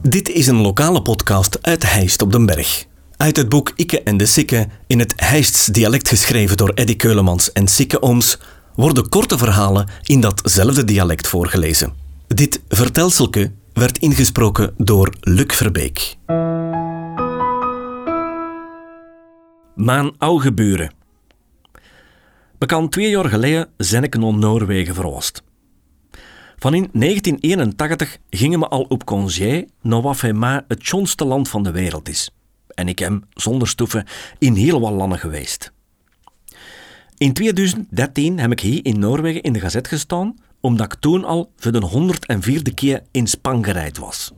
Dit is een lokale podcast uit Heist op den Berg. Uit het boek Ikke en de Sikke, in het Heists dialect geschreven door Eddy Keulemans en Sikke Ooms, worden korte verhalen in datzelfde dialect voorgelezen. Dit vertelselke werd ingesproken door Luc Verbeek. Mijn oude buren. Bekend 2 jaar geleden ben ik naar Noorwegen verhuisd. Van in 1981 gingen we al op congé naar wat voor mij het schoonste land van de wereld is. En ik heb, zonder stoeven, in heel wat landen geweest. In 2013 heb ik hier in Noorwegen in de gazet gestaan, omdat ik toen al voor de 104e keer in Spanje gereid was.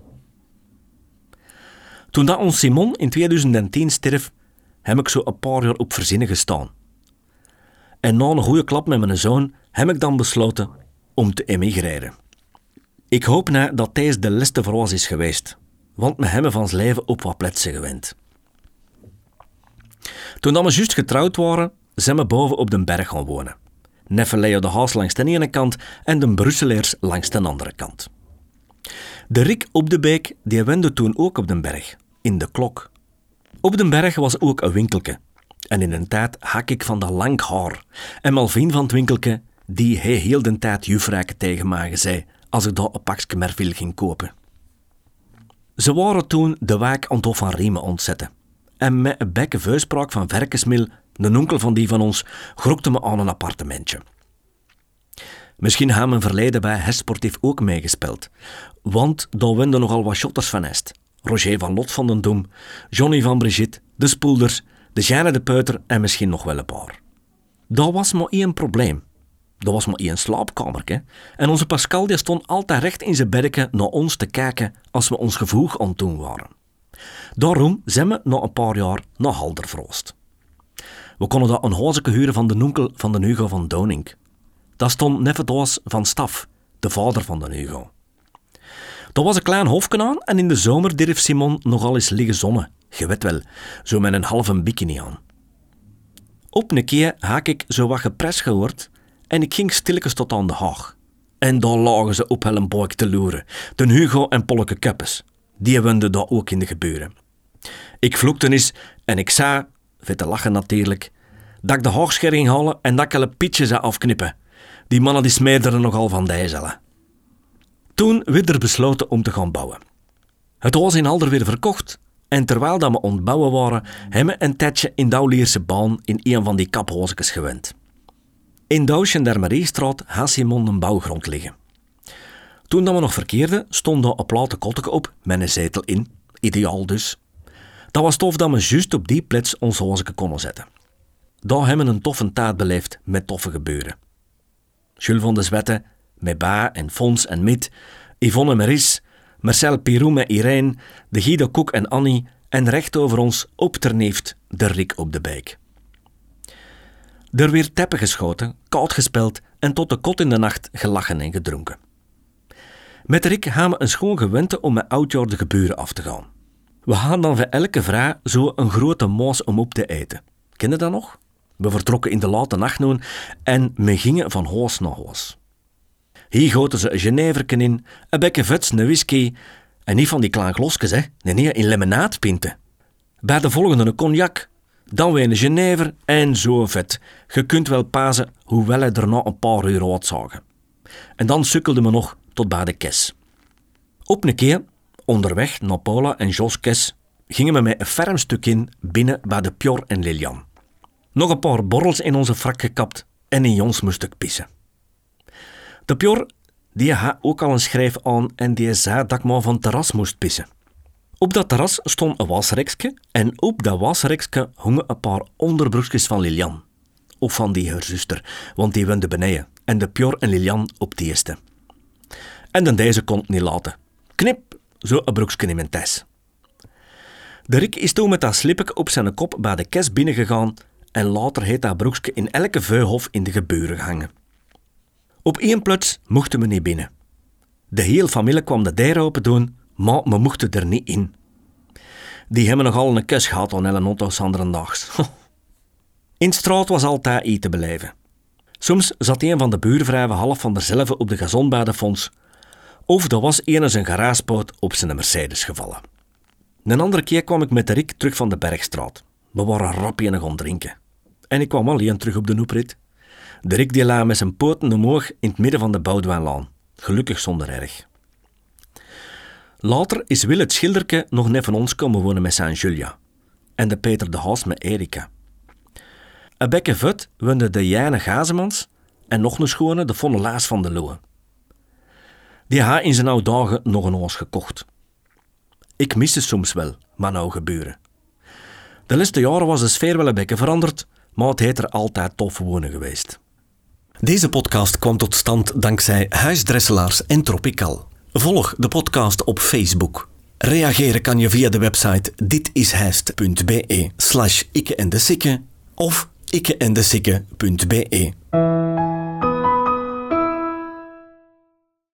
Toen dat ons Simon in 2010 stierf, heb ik zo een paar jaar op verzinnen gestaan. En na een goede klap met mijn zoon heb ik dan besloten om te emigreren. Ik hoop nou dat deze de laatste voor ons is geweest, want we hebben van ons leven op wat plaatsen gewend. Toen we juist getrouwd waren, zijn we boven op de berg gaan wonen. Neffen Leo de Haas langs de ene kant en de Brusselaars langs de andere kant. De Rick op de Beek die woonde toen ook op de berg, in de Klok. Op de berg was ook een winkelke. En in een tijd hak ik van dat lang haar. En Malvin van het winkelke, die hij heel de tijd juffrijke tegen mij zei, als ik daar een pakje mervil ging kopen. Ze waren toen de wijk aan het Hof van Riemen ontzetten. En met een bekke vuispraak van Verkesmil, een onkel van die van ons, grokte me aan een appartementje. Misschien hebben mijn verleden bij Hestsportief ook meegespeeld. Want daar woonden nogal wat shotters van Hest. Roger van Lot van den Doem, Johnny van Brigitte, de Spoelders, de Jeanne de Peuter en misschien nog wel een paar. Dat was maar één probleem. Dat was maar één slaapkamerke. En onze Pascal die stond altijd recht in zijn beddeke naar ons te kijken als we ons gevoeg aan het doen waren. Daarom zijn we na een paar jaar naar Halder verhuisd. We konden dat een huisje huren van de onkel van de Hugo van Donink. Dat stond net het huis van Staf, de vader van de Hugo. Dat was een klein hofje aan en in de zomer durf Simon nogal eens liggen zonnen. Je weet wel, zo met een halve bikini aan. Op een keer had ik zo wat gepres gehoord en ik ging stilletjes tot aan de haag. En daar lagen ze op Hellenboik te loeren, de Hugo en Polleke Kuppes. Die woonden daar ook in de geburen. Ik vloekte eens en ik zei, vet te lachen natuurlijk, dat ik de haagscher ging halen en dat ik een pietje zou afknippen. Die mannen die smeerden nogal van dijzellen. Toen werd er besloten om te gaan bouwen. Het was in Halder weer verkocht en terwijl dat we ontbouwen waren, hebben we een tijdje in Douwlierse baan in een van die kaphuisjes gewend. In Douwsje der Mariestraat had Simon een bouwgrond liggen. Toen dat we nog verkeerden, stond daar een platen kotteke op met een zetel in. Ideaal dus. Dat was tof dat we juist op die plaats ons huisje konden zetten. Daar hebben we een toffe tijd beleefd met toffe gebeuren. Jules van de Zwette, met Ba en Fons en Mit, Yvonne Meris, Marcel Pirou met Irene, de Guido Koek en Annie en recht over ons op ter neeft de Rick op de Beek. Er werd teppen geschoten, koud gespeld en tot de kot in de nacht gelachen en gedronken. Met Rick gaan we een schoon gewente om met oudjaar de geburen af te gaan. We gaan dan voor elke vrouw zo een grote moos om op te eten. Ken je dat nog? We vertrokken in de late nacht noen en we gingen van huis naar huis. Hier goten ze een geneverken in, een bekken vets, een whisky en niet van die kleine glosjes, hè. Nee, in lemonaadpinten. Bij de volgende een cognac, dan weer een genever en zo vet. Je kunt wel pazen hoewel hij er na een paar uur uitzagen. En dan sukkelden we nog tot bij de Kes. Op een keer, onderweg naar Paula en Jos Kes, gingen we met een ferm stuk in binnen bij de Pjor en Lilian. Nog een paar borrels in onze frak gekapt en in Jons moest ik pissen. De Pjor, die had ook al een schrijf aan en die zei dat ik maar van het terras moest pissen. Op dat terras stond een wasrekje en op dat wasrekje hongen een paar onderbroekjes van Lilian. Of van die haar zuster, want die woonde beneden en de Pjor en Lilian op het eerste. En dan deze kon het niet laten. Knip, zo een broekje in mijn tas. De Rick is toen met dat slipje op zijn kop bij de Kes binnengegaan en later heeft dat broekje in elke vuilhof in de geburen gehangen. Op één plaats mochten we niet binnen. De hele familie kwam de deur open doen, maar we mochten er niet in. Die hebben nogal een kus gehad aan Ellen Otto's anderendaags. In de straat was altijd iets te beleven. Soms zat een van de buurvrouwen half van derzelve op de gazon bij de fonds. Of dat was eens een garagepoot op zijn Mercedes gevallen. Een andere keer kwam ik met de Rick terug van de Bergstraat. We waren rap enig aan het drinken. En ik kwam alleen terug op de oprit. De Rick die lag met zijn poten omhoog in het midden van de Boudewynlaan. Gelukkig zonder erg. Later is Wil het schilderke nog net van ons komen wonen met zijn Julia. En de Peter de Haas met Erika. Een bekke vet woonde de Jane Gazemans en nog een schone de Vonne Laas van de Loe. Die had in zijn oude dagen nog een huis gekocht. Ik miste soms wel, maar nou gebeuren. De laatste jaren was de sfeer wel een beetje veranderd, maar het heeft er altijd tof wonen geweest. Deze podcast kwam tot stand dankzij Huisdresselaars en Tropical. Volg de podcast op Facebook. Reageren kan je via de website ditishijst.be/ikkeendesikke of ikkeendesikke.be.